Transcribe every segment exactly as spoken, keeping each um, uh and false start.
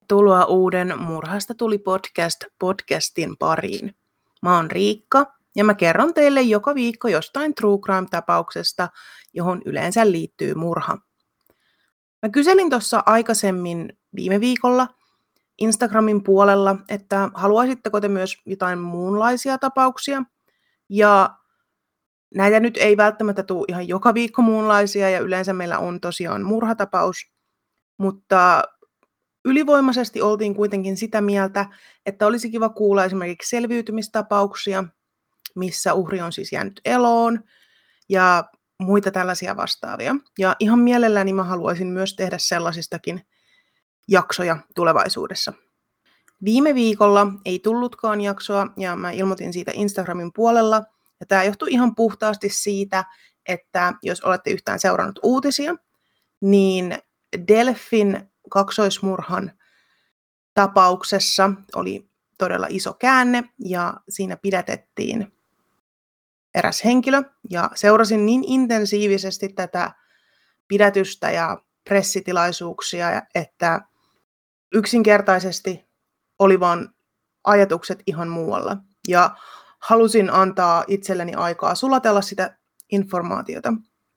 Tervetuloa uuden Murhasta tuli podcast podcastin pariin. Mä oon Riikka ja mä kerron teille joka viikko jostain true crime-tapauksesta, johon yleensä liittyy murha. Mä kyselin tuossa aikaisemmin viime viikolla Instagramin puolella, että haluaisitteko te myös jotain muunlaisia tapauksia. Ja näitä nyt ei välttämättä tule ihan joka viikko muunlaisia ja yleensä meillä on tosiaan murhatapaus, mutta ylivoimaisesti oltiin kuitenkin sitä mieltä, että olisi kiva kuulla esimerkiksi selviytymistapauksia, missä uhri on siis jäänyt eloon ja muita tällaisia vastaavia. Ja ihan mielelläni mä haluaisin myös tehdä sellaisistakin jaksoja tulevaisuudessa. Viime viikolla ei tullutkaan jaksoa ja mä ilmoitin siitä Instagramin puolella. Ja tämä johtuu ihan puhtaasti siitä, että jos olette yhtään seurannut uutisia, niin Delfin kaksoismurhan tapauksessa oli todella iso käänne ja siinä pidätettiin eräs henkilö ja seurasin niin intensiivisesti tätä pidätystä ja pressitilaisuuksia, että yksinkertaisesti oli vaan ajatukset ihan muualla ja halusin antaa itselleni aikaa sulatella sitä informaatiota.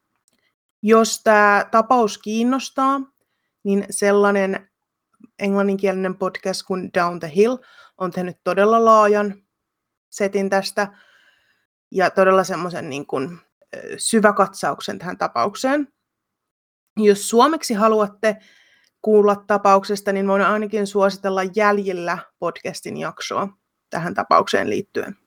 Jos tämä tapaus kiinnostaa, niin sellainen englanninkielinen podcast kuin Down the Hill on tehnyt todella laajan setin tästä ja todella semmoisen niin kuin syväkatsauksen tähän tapaukseen. Jos suomeksi haluatte kuulla tapauksesta, niin voin ainakin suositella Jäljillä podcastin jaksoa tähän tapaukseen liittyen.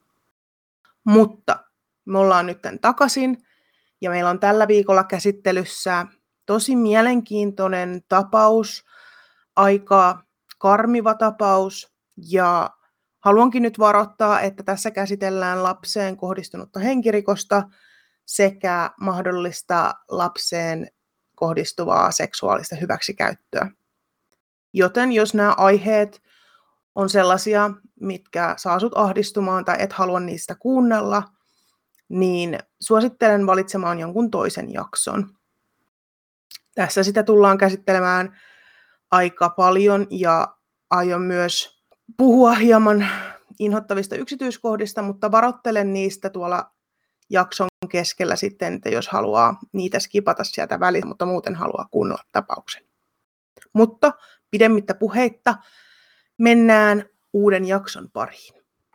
Mutta me ollaan nyt takaisin ja meillä on tällä viikolla käsittelyssä tosi mielenkiintoinen tapaus, aika karmiva tapaus ja haluankin nyt varoittaa, että tässä käsitellään lapseen kohdistunutta henkirikosta sekä mahdollista lapseen kohdistuvaa seksuaalista hyväksikäyttöä. Joten jos nämä aiheet on sellaisia, mitkä saa sut ahdistumaan tai et halua niistä kuunnella, niin suosittelen valitsemaan jonkun toisen jakson. Tässä sitä tullaan käsittelemään aika paljon ja aion myös puhua hieman inhottavista yksityiskohdista, mutta varoittelen niistä tuolla jakson keskellä sitten, että jos haluaa niitä skipata sieltä väliin, mutta muuten haluaa kuunnella tapauksen. Mutta pidemmittä puheitta mennään uuden jakson pariin.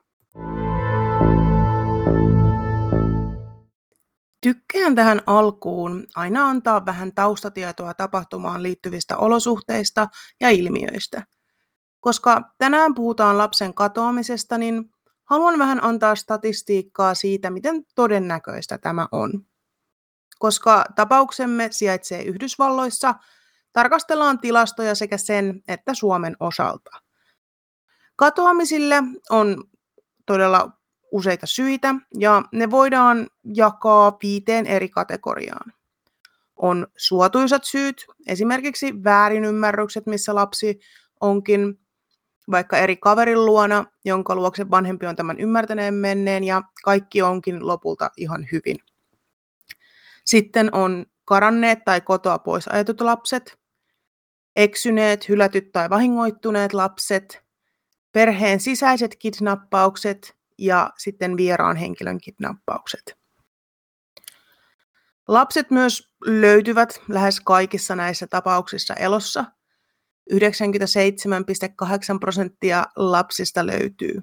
Tykkään tähän alkuun aina antaa vähän taustatietoa tapahtumaan liittyvistä olosuhteista ja ilmiöistä. Koska tänään puhutaan lapsen katoamisesta, niin haluan vähän antaa statistiikkaa siitä, miten todennäköistä tämä on. Koska tapauksemme sijaitsee Yhdysvalloissa, tarkastellaan tilastoja sekä sen että Suomen osalta. Katoamisille on todella useita syitä, ja ne voidaan jakaa viiteen eri kategoriaan. On suotuisat syyt, esimerkiksi väärinymmärrykset, missä lapsi onkin vaikka eri kaverin luona, jonka luokse vanhempi on tämän ymmärtäneen menneen, ja kaikki onkin lopulta ihan hyvin. Sitten on karanneet tai kotoa pois ajetut lapset, eksyneet, hylätyt tai vahingoittuneet lapset, perheen sisäiset kidnappaukset, ja sitten vieraan henkilön kidnappaukset. Lapset myös löytyvät lähes kaikissa näissä tapauksissa elossa. yhdeksänkymmentäseitsemän pilkku kahdeksan prosenttia lapsista löytyy.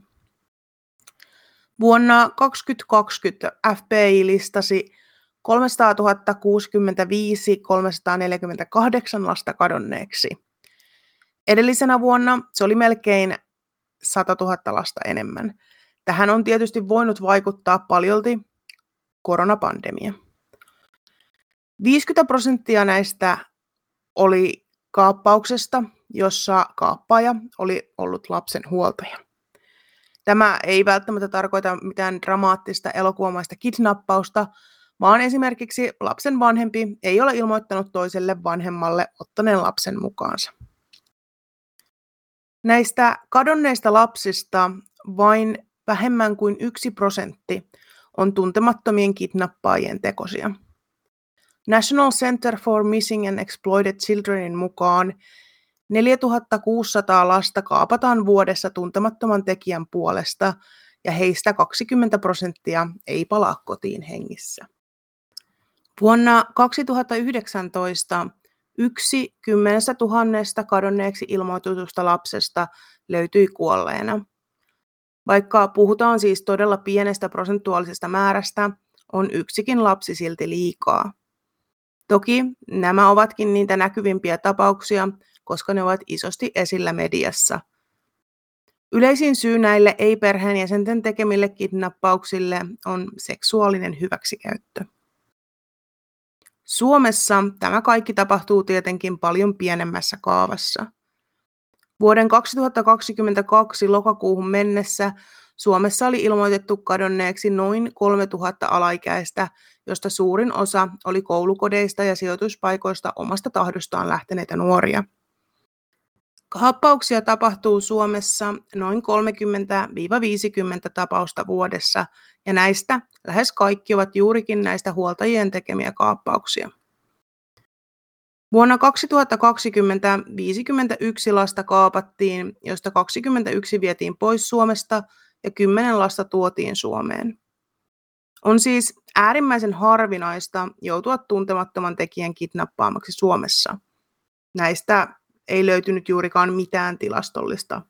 Vuonna kaksituhattakaksikymmentä F B I listasi kolmesataatuhatta kuusikymmentäviisi kolmesataaneljäkymmentäkahdeksan lasta kadonneeksi. Edellisenä vuonna se oli melkein satatuhatta lasta enemmän. Tähän on tietysti voinut vaikuttaa paljolti koronapandemia. viisikymmentä prosenttia näistä oli kaappauksesta, jossa kaappaaja oli ollut lapsen huoltaja. Tämä ei välttämättä tarkoita mitään dramaattista elokuvamaista kidnappausta, vaan esimerkiksi lapsen vanhempi ei ole ilmoittanut toiselle vanhemmalle ottaneen lapsen mukaansa. Näistä kadonneista lapsista vain vähemmän kuin yksi prosentti on tuntemattomien kidnappaajien tekosia. National Center for Missing and Exploited Childrenin mukaan neljätuhattakuusisataa lasta kaapataan vuodessa tuntemattoman tekijän puolesta ja heistä kaksikymmentä prosenttia ei palaa kotiin hengissä. Vuonna kaksituhattayhdeksäntoista yksi kymmenestä tuhannesta kadonneeksi ilmoitetusta lapsesta löytyi kuolleena. Vaikka puhutaan siis todella pienestä prosentuaalisesta määrästä, on yksikin lapsi silti liikaa. Toki nämä ovatkin niitä näkyvimpiä tapauksia, koska ne ovat isosti esillä mediassa. Yleisin syy näille ei-perheenjäsenten tekemille kidnappauksille on seksuaalinen hyväksikäyttö. Suomessa tämä kaikki tapahtuu tietenkin paljon pienemmässä kaavassa. Vuoden kaksituhattakaksikymmentäkaksi lokakuuhun mennessä Suomessa oli ilmoitettu kadonneeksi noin kolmetuhatta alaikäistä, josta suurin osa oli koulukodeista ja sijoituspaikoista omasta tahdostaan lähteneitä nuoria. Kaappauksia tapahtuu Suomessa noin kolmekymmentä viisikymmentä tapausta vuodessa, ja näistä lähes kaikki ovat juurikin näistä huoltajien tekemiä kaappauksia. Vuonna kaksituhattakaksikymmentä viisikymmentäyksi lasta kaapattiin, josta kaksikymmentäyksi vietiin pois Suomesta ja kymmenen lasta tuotiin Suomeen. On siis äärimmäisen harvinaista joutua tuntemattoman tekijän kidnappaamaksi Suomessa. Näistä ei löytynyt juurikaan mitään tilastollista.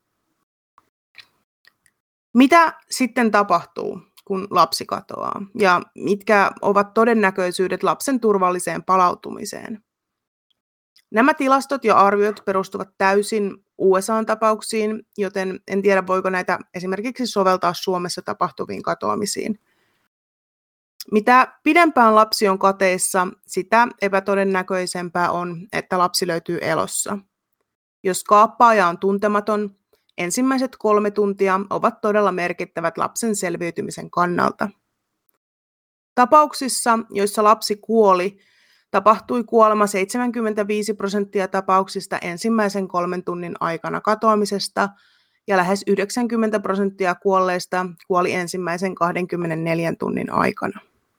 Mitä sitten tapahtuu, kun lapsi katoaa, ja mitkä ovat todennäköisyydet lapsen turvalliseen palautumiseen? Nämä tilastot ja arviot perustuvat täysin U S A-tapauksiin, joten en tiedä, voiko näitä esimerkiksi soveltaa Suomessa tapahtuviin katoamisiin. Mitä pidempään lapsi on kateissa, sitä epätodennäköisempää on, että lapsi löytyy elossa. Jos kaappaaja on tuntematon, ensimmäiset kolme tuntia ovat todella merkittävät lapsen selviytymisen kannalta. Tapauksissa, joissa lapsi kuoli, tapahtui kuolema seitsemänkymmentäviisi prosenttia tapauksista ensimmäisen kolmen tunnin aikana katoamisesta ja lähes yhdeksänkymmentä prosenttia kuolleista kuoli ensimmäisen kaksikymmentäneljän tunnin aikana.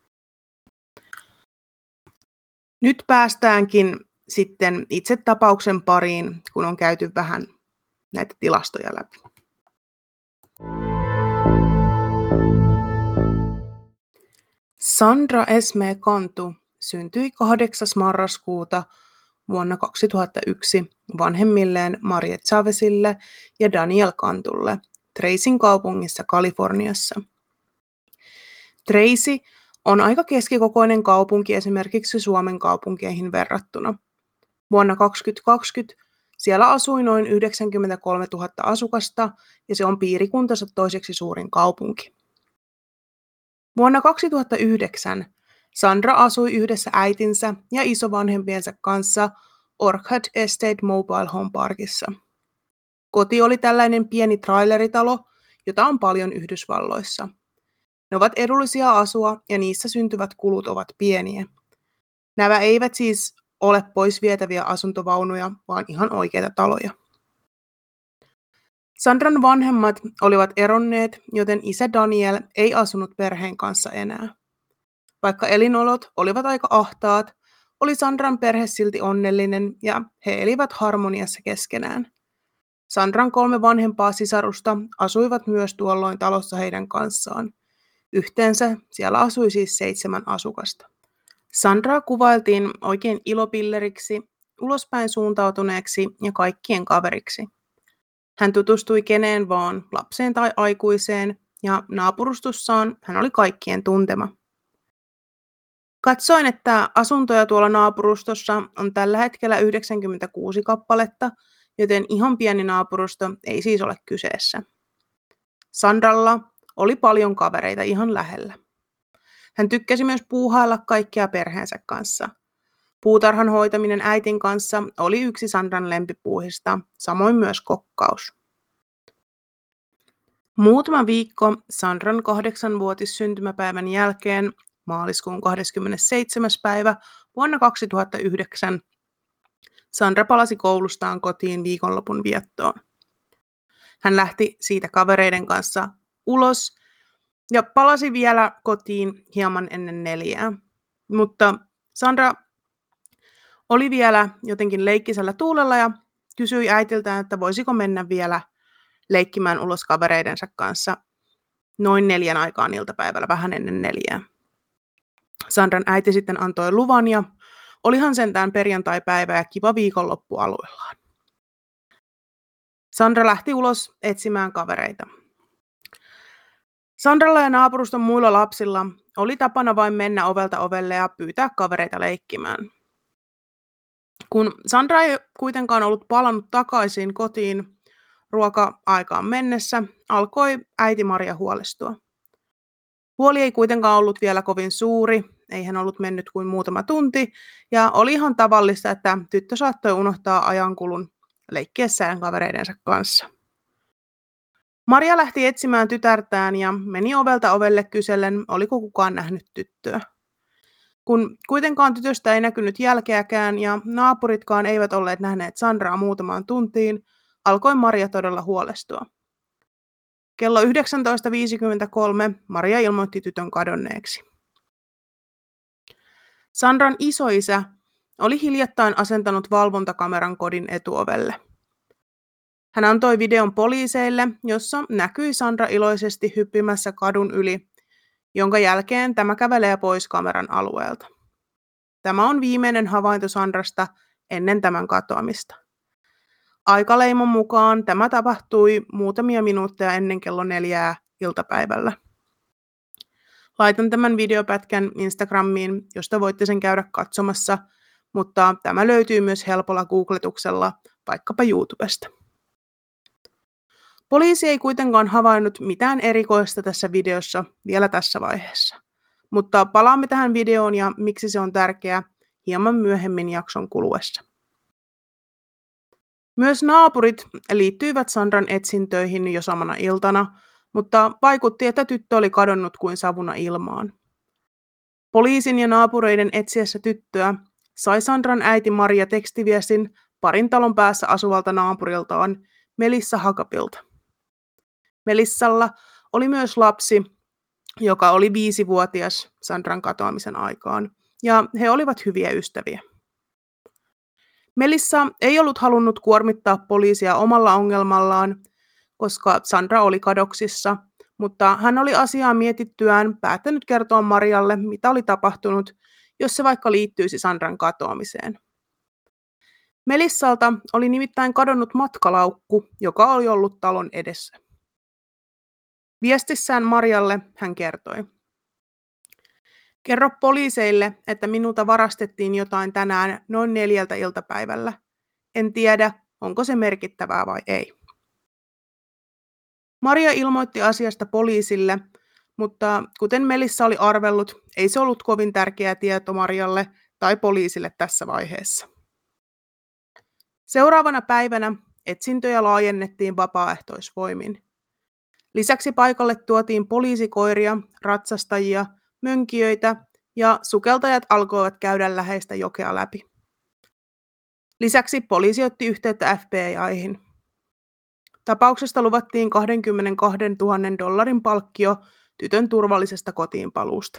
Nyt päästäänkin sitten itse tapauksen pariin, kun on käyty vähän näitä tilastoja läpi. Sandra Esme Cantu syntyi kahdeksas marraskuuta vuonna kaksituhattayksi vanhemmilleen Marie Chavezille ja Daniel Cantulle Tracyn kaupungissa Kaliforniassa. Tracy on aika keskikokoinen kaupunki esimerkiksi Suomen kaupunkeihin verrattuna. Vuonna kaksituhattakaksikymmentä siellä asui noin yhdeksänkymmentäkolmetuhatta asukasta ja se on piirikuntansa toiseksi suurin kaupunki. Vuonna kaksituhattayhdeksän Sandra asui yhdessä äitinsä ja isovanhempiensa kanssa Orchard Estate Mobile Home Parkissa. Koti oli tällainen pieni traileritalo, jota on paljon Yhdysvalloissa. Ne ovat edullisia asua ja niissä syntyvät kulut ovat pieniä. Nämä eivät siis ole pois vietäviä asuntovaunuja, vaan ihan oikeita taloja. Sandran vanhemmat olivat eronneet, joten isä Daniel ei asunut perheen kanssa enää. Vaikka elinolot olivat aika ahtaat, oli Sandran perhe silti onnellinen ja he elivät harmoniassa keskenään. Sandran kolme vanhempaa sisarusta asuivat myös tuolloin talossa heidän kanssaan. Yhteensä siellä asui siis seitsemän asukasta. Sandraa kuvailtiin oikein ilopilleriksi, ulospäin suuntautuneeksi ja kaikkien kaveriksi. Hän tutustui keneen vaan, lapseen tai aikuiseen, ja naapurustossaan hän oli kaikkien tuntema. Katsoin, että asuntoja tuolla naapurustossa on tällä hetkellä yhdeksänkymmentäkuusi kappaletta, joten ihan pieni naapurusto ei siis ole kyseessä. Sandralla oli paljon kavereita ihan lähellä. Hän tykkäsi myös puuhailla kaikkia perheensä kanssa. Puutarhan hoitaminen äitin kanssa oli yksi Sandran lempipuuhista, samoin myös kokkaus. Muutama viikko Sandran kahdeksanvuotis syntymäpäivän jälkeen, maaliskuun kahdeskymmenesseitsemäs päivä vuonna kaksituhattayhdeksän, Sandra palasi koulustaan kotiin viikonlopun viettoon. Hän lähti siitä kavereiden kanssa ulos ja palasi vielä kotiin hieman ennen neljää. Mutta Sandra oli vielä jotenkin leikkisellä tuulella ja kysyi äitiltään, että voisiko mennä vielä leikkimään ulos kavereidensa kanssa noin neljän aikaan iltapäivällä, vähän ennen neljää. Sandran äiti sitten antoi luvan ja olihan sentään perjantai-päivä ja kiva viikonloppu alueellaan. Sandra lähti ulos etsimään kavereita. Sandralla ja naapuruston muilla lapsilla oli tapana vain mennä ovelta ovelle ja pyytää kavereita leikkimään. Kun Sandra ei kuitenkaan ollut palannut takaisin kotiin ruoka-aikaan mennessä, alkoi äiti Maria huolestua. Huoli ei kuitenkaan ollut vielä kovin suuri, ei hän ollut mennyt kuin muutama tunti, ja oli ihan tavallista, että tyttö saattoi unohtaa ajankulun leikkiessään kavereidensa kanssa. Maria lähti etsimään tytärtään ja meni ovelta ovelle kysellen, oliko kukaan nähnyt tyttöä. Kun kuitenkaan tytöstä ei näkynyt jälkeäkään ja naapuritkaan eivät olleet nähneet Sandraa muutamaan tuntiin, alkoi Maria todella huolestua. Kello yhdeksäntoista viisikymmentäkolme Maria ilmoitti tytön kadonneeksi. Sandran isoisä oli hiljattain asentanut valvontakameran kodin etuovelle. Hän antoi videon poliiseille, jossa näkyi Sandra iloisesti hyppimässä kadun yli, jonka jälkeen tämä kävelee pois kameran alueelta. Tämä on viimeinen havainto Sandrasta ennen tämän katoamista. Aikaleimon mukaan tämä tapahtui muutamia minuutteja ennen kello neljää iltapäivällä. Laitan tämän videopätkän Instagramiin, josta voitte sen käydä katsomassa, mutta tämä löytyy myös helpolla googletuksella, vaikkapa YouTubesta. Poliisi ei kuitenkaan havainnut mitään erikoista tässä videossa vielä tässä vaiheessa, mutta palaamme tähän videoon ja miksi se on tärkeä hieman myöhemmin jakson kuluessa. Myös naapurit liittyivät Sandran etsintöihin jo samana iltana, mutta vaikutti, että tyttö oli kadonnut kuin savuna ilmaan. Poliisin ja naapureiden etsiessä tyttöä sai Sandran äiti Maria tekstiviestin parin talon päässä asuvalta naapuriltaan Melissa Hakapilta. Melissalla oli myös lapsi, joka oli viisivuotias Sandran katoamisen aikaan, ja he olivat hyviä ystäviä. Melissa ei ollut halunnut kuormittaa poliisia omalla ongelmallaan, koska Sandra oli kadoksissa, mutta hän oli asiaa mietittyään päättänyt kertoa Marialle, mitä oli tapahtunut, jos se vaikka liittyisi Sandran katoamiseen. Melissalta oli nimittäin kadonnut matkalaukku, joka oli ollut talon edessä. Viestissään Marialle hän kertoi: "Kerro poliiseille, että minulta varastettiin jotain tänään noin neljältä iltapäivällä. En tiedä, onko se merkittävää vai ei." Maria ilmoitti asiasta poliisille, mutta kuten Melissa oli arvellut, ei se ollut kovin tärkeä tieto Marialle tai poliisille tässä vaiheessa. Seuraavana päivänä etsintöjä laajennettiin vapaaehtoisvoimin. Lisäksi paikalle tuotiin poliisikoiria, ratsastajia, mönkijöitä ja sukeltajat alkoivat käydä läheistä jokea läpi. Lisäksi poliisi otti yhteyttä F B I:hin. Tapauksesta luvattiin kaksikymmentäkaksituhatta dollarin palkkio tytön turvallisesta kotiinpaluusta.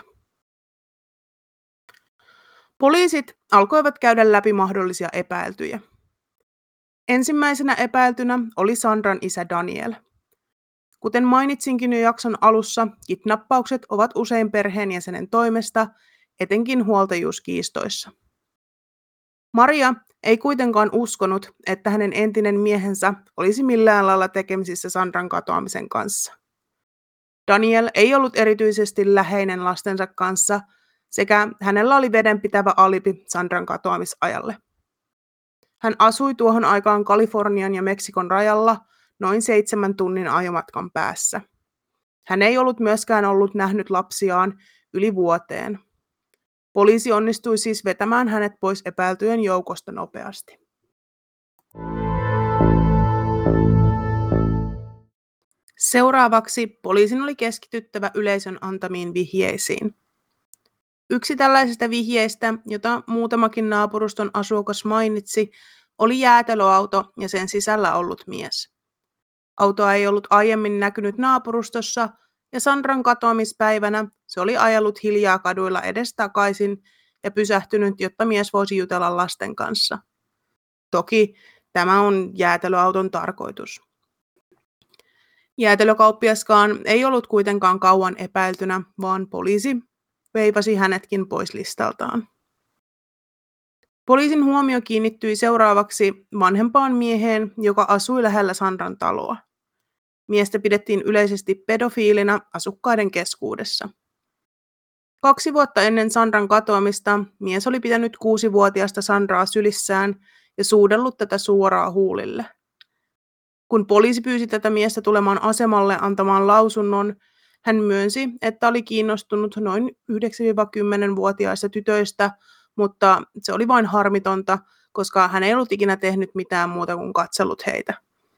Poliisit alkoivat käydä läpi mahdollisia epäiltyjä. Ensimmäisenä epäiltynä oli Sandran isä Daniel. Kuten mainitsinkin jo jakson alussa, kidnappaukset ovat usein perheenjäsenen toimesta, etenkin huoltajuuskiistoissa. Maria ei kuitenkaan uskonut, että hänen entinen miehensä olisi millään lailla tekemisissä Sandran katoamisen kanssa. Daniel ei ollut erityisesti läheinen lastensa kanssa, sekä hänellä oli vedenpitävä alibi Sandran katoamisajalle. Hän asui tuohon aikaan Kalifornian ja Meksikon rajalla noin seitsemän tunnin ajomatkan päässä. Hän ei ollut myöskään ollut nähnyt lapsiaan yli vuoteen. Poliisi onnistui siis vetämään hänet pois epäiltyjen joukosta nopeasti. Seuraavaksi poliisin oli keskityttävä yleisön antamiin vihjeisiin. Yksi tällaisista vihjeistä, jota muutamakin naapuruston asukas mainitsi, oli jäätelöauto ja sen sisällä ollut mies. Autoa ei ollut aiemmin näkynyt naapurustossa, ja Sandran katoamispäivänä se oli ajellut hiljaa kaduilla edestakaisin ja pysähtynyt, jotta mies voisi jutella lasten kanssa. Toki Tämä on jäätelöauton tarkoitus. Jäätelökauppiaskaan ei ollut kuitenkaan kauan epäiltynä, vaan poliisi veivasi hänetkin pois listaltaan. Poliisin huomio kiinnittyi seuraavaksi vanhempaan mieheen, joka asui lähellä Sandran taloa. Miestä pidettiin yleisesti pedofiilina asukkaiden keskuudessa. Kaksi vuotta ennen Sandran katoamista mies oli pitänyt kuusivuotiaasta Sandraa sylissään ja suudellut tätä suoraan huulille. Kun poliisi pyysi tätä miestä tulemaan asemalle antamaan lausunnon, hän myönsi, että oli kiinnostunut noin yhdeksän-kymmenen-vuotiaista tytöistä, mutta se oli vain harmitonta, koska hän ei ollut ikinä tehnyt mitään muuta kuin katsellut heitä.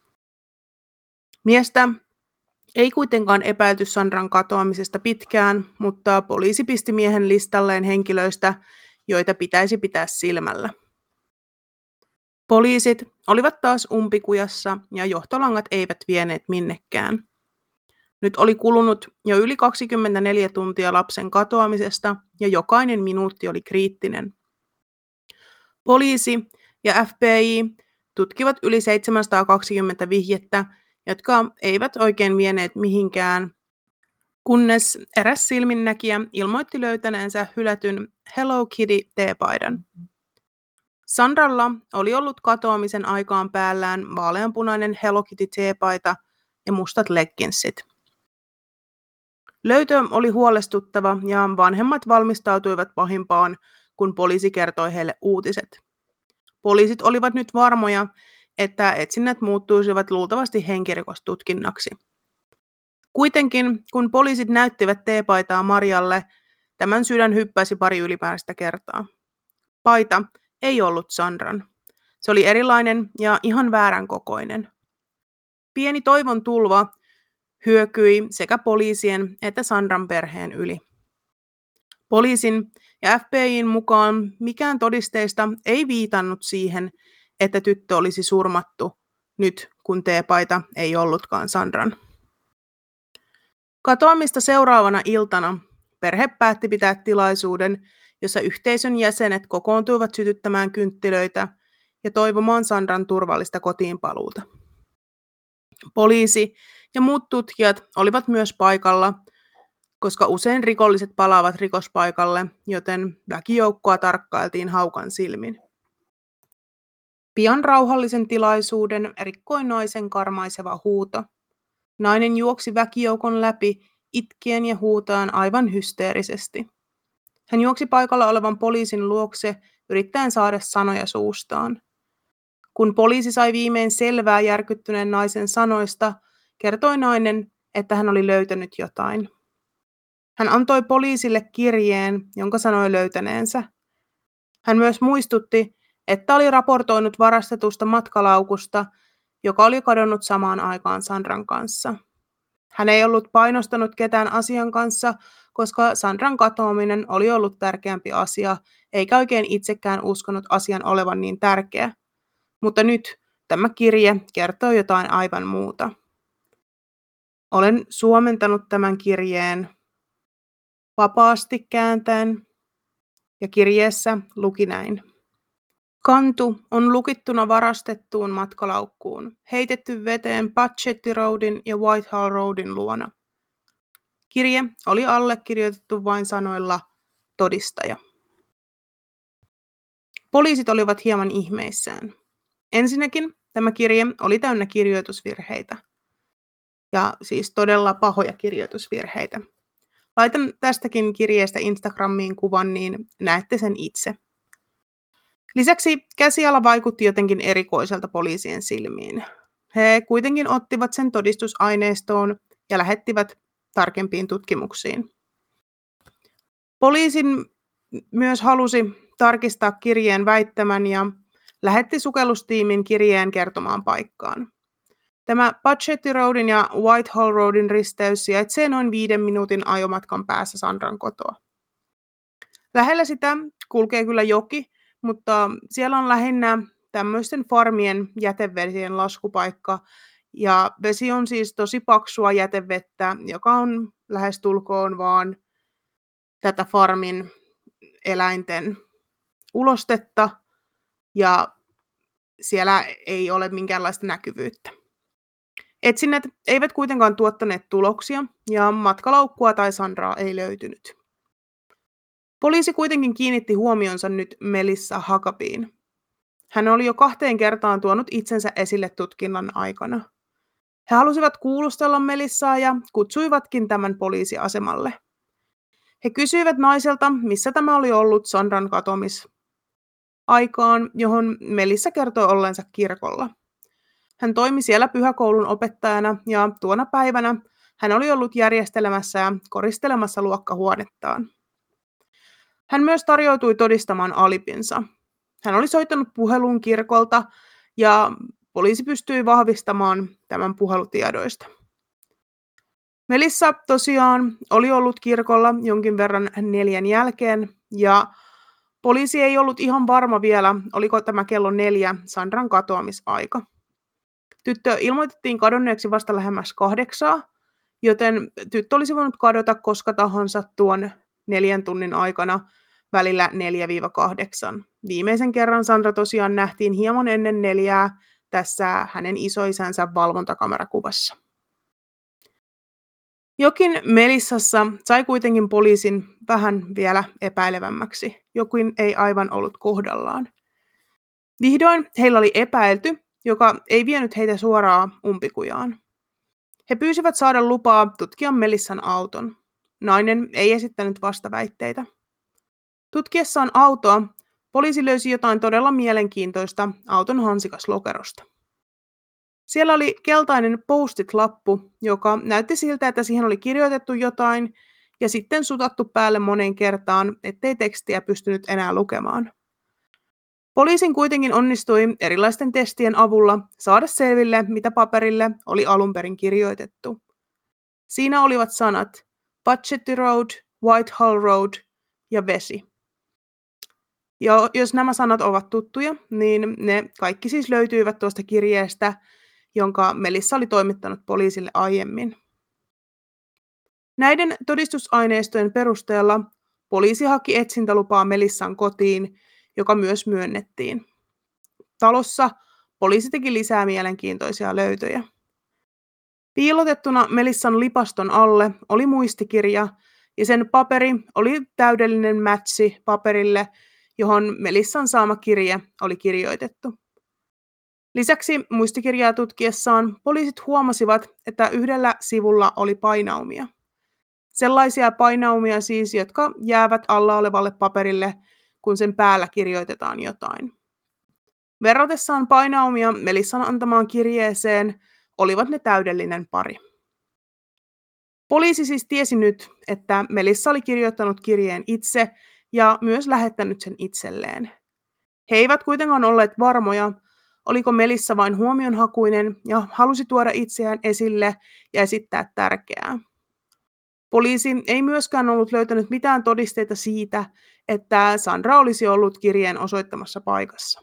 Miestä ei kuitenkaan epäilty Sandran katoamisesta pitkään, mutta poliisi pisti miehen listalleen henkilöistä, joita pitäisi pitää silmällä. Poliisit olivat taas umpikujassa ja johtolangat eivät vieneet minnekään. Nyt oli kulunut jo yli kaksikymmentäneljä tuntia lapsen katoamisesta ja jokainen minuutti oli kriittinen. Poliisi ja F B I tutkivat yli seitsemänsataakaksikymmentä vihjettä, jotka eivät oikein vieneet mihinkään, kunnes eräs silminnäkijä ilmoitti löytäneensä hylätyn Hello Kitty-teepaidan. Sandralla oli ollut katoamisen aikaan päällään vaaleanpunainen Hello Kitty-teepaita ja mustat legginsit. Löytö oli huolestuttava ja vanhemmat valmistautuivat pahimpaan, kun poliisi kertoi heille uutiset. Poliisit olivat nyt varmoja, että etsinnät muuttuisivat luultavasti henkirikostutkinnaksi. Kuitenkin, kun poliisit näyttivät teepaitaa Marialle, tämän sydän hyppäsi pari ylimääräistä kertaa. Paita ei ollut Sandran. Se oli erilainen ja ihan väärän kokoinen. Pieni toivon tulva hyökyi sekä poliisien että Sandran perheen yli. Poliisin ja F B I:n mukaan mikään todisteista ei viitannut siihen, että tyttö olisi surmattu nyt, kun teepaita ei ollutkaan Sandran. Katoamista seuraavana iltana perhe päätti pitää tilaisuuden, jossa yhteisön jäsenet kokoontuivat sytyttämään kynttilöitä ja toivomaan Sandran turvallista kotiinpaluuta. Poliisi ja muut tutkijat olivat myös paikalla, koska usein rikolliset palaavat rikospaikalle, joten väkijoukkoa tarkkailtiin haukan silmin. Pian rauhallisen tilaisuuden rikkoi naisen karmaiseva huuto. Nainen juoksi väkijoukon läpi itkien ja huutaen aivan hysteerisesti. Hän juoksi paikalla olevan poliisin luokse yrittäen saada sanoja suustaan. Kun poliisi sai viimein selvää järkyttyneen naisen sanoista, kertoi nainen, että hän oli löytänyt jotain. Hän antoi poliisille kirjeen, jonka sanoi löytäneensä. Hän myös muistutti, että oli raportoinut varastetusta matkalaukusta, joka oli kadonnut samaan aikaan Sandran kanssa. Hän ei ollut painostanut ketään asian kanssa, koska Sandran katoaminen oli ollut tärkeämpi asia, eikä oikein itsekään uskonut asian olevan niin tärkeä. Mutta nyt tämä kirje kertoo jotain aivan muuta. Olen suomentanut tämän kirjeen vapaasti kääntäen, ja kirjeessä luki näin. Kantu on lukittuna varastettuun matkalaukkuun, heitetty veteen Patchetti Roadin ja Whitehall Roadin luona. Kirje oli allekirjoitettu vain sanoilla todistaja. Poliisit olivat hieman ihmeissään. Ensinnäkin tämä kirje oli täynnä kirjoitusvirheitä. Ja siis todella pahoja kirjoitusvirheitä. Laitan tästäkin kirjeestä Instagramiin kuvan, niin näette sen itse. Lisäksi käsiala vaikutti jotenkin erikoiselta poliisien silmiin. He kuitenkin ottivat sen todistusaineistoon ja lähettivät tarkempiin tutkimuksiin. Poliisin myös halusi tarkistaa kirjeen väittämän ja lähetti sukellustiimin kirjeen kertomaan paikkaan. Tämä Patchetti Roadin ja Whitehall Roadin risteys sijaitsee noin viiden minuutin ajomatkan päässä Sandran kotoa. Lähellä sitä kulkee kyllä joki, mutta siellä on lähinnä tämmöisten farmien jätevesien laskupaikka, ja vesi on siis tosi paksua jätevettä, joka on lähestulkoon vaan tätä farmin eläinten ulostetta, ja siellä ei ole minkäänlaista näkyvyyttä. Etsinnät eivät kuitenkaan tuottaneet tuloksia ja matkalaukkua tai Sandraa ei löytynyt. Poliisi kuitenkin kiinnitti huomionsa nyt Melissa Huckabeyin. Hän oli jo kahteen kertaan tuonut itsensä esille tutkinnan aikana. He halusivat kuulustella Melissaa ja kutsuivatkin tämän poliisiasemalle. He kysyivät naiselta, missä tämä oli ollut Sandran katoamisaikaan, johon Melissa kertoi ollensa kirkolla. Hän toimi siellä pyhäkoulun opettajana ja tuona päivänä hän oli ollut järjestelemässä ja koristelemassa luokkahuonettaan. Hän myös tarjoutui todistamaan alipinsa. Hän oli soittanut puhelun kirkolta ja poliisi pystyi vahvistamaan tämän puhelutiedoista. Melissa tosiaan oli ollut kirkolla jonkin verran neljän jälkeen ja poliisi ei ollut ihan varma vielä, oliko tämä kello neljä Sandran katoamisaika. Tyttö ilmoitettiin kadonneeksi vasta lähemmäs kahdeksaa, joten tyttö olisi voinut kadota koska tahansa tuon neljän tunnin aikana välillä neljä kahdeksan. Viimeisen kerran Sandra tosiaan nähtiin hieman ennen neljää tässä hänen isoisänsä valvontakamerakuvassa. Jokin Melissassa sai kuitenkin poliisin vähän vielä epäilevämmäksi. Jokin ei aivan ollut kohdallaan. Vihdoin heillä oli epäilty, joka ei vienyt heitä suoraan umpikujaan. He pyysivät saada lupaa tutkia Melissan auton. Nainen ei esittänyt vastaväitteitä. Tutkiessaan autoa, poliisi löysi jotain todella mielenkiintoista auton hansikaslokerosta. Siellä oli keltainen post-it-lappu, joka näytti siltä, että siihen oli kirjoitettu jotain ja sitten sutattu päälle moneen kertaan, ettei tekstiä pystynyt enää lukemaan. Poliisin kuitenkin onnistui erilaisten testien avulla saada selville, mitä paperille oli alun perin kirjoitettu. Siinä olivat sanat Budgetty Road, Whitehall Road ja vesi. Ja jos nämä sanat ovat tuttuja, niin ne kaikki siis löytyivät tuosta kirjeestä, jonka Melissa oli toimittanut poliisille aiemmin. Näiden todistusaineistojen perusteella poliisi haki etsintälupaa Melissan kotiin, joka myös myönnettiin. Talossa poliisi teki lisää mielenkiintoisia löytöjä. Piilotettuna Melissan lipaston alle oli muistikirja, ja sen paperi oli täydellinen matchi paperille, johon Melissan saama kirje oli kirjoitettu. Lisäksi muistikirjaa tutkiessaan poliisit huomasivat, että yhdellä sivulla oli painaumia. Sellaisia painaumia siis, jotka jäävät alla olevalle paperille, kun sen päällä kirjoitetaan jotain. Verratessaan painaumia Melissan antamaan kirjeeseen olivat ne täydellinen pari. Poliisi siis tiesi nyt, että Melissa oli kirjoittanut kirjeen itse ja myös lähettänyt sen itselleen. He eivät kuitenkaan olleet varmoja, oliko Melissa vain huomionhakuinen ja halusi tuoda itseään esille ja esittää tärkeää. Poliisi ei myöskään ollut löytänyt mitään todisteita siitä, että Sandra olisi ollut kirjeen osoittamassa paikassa.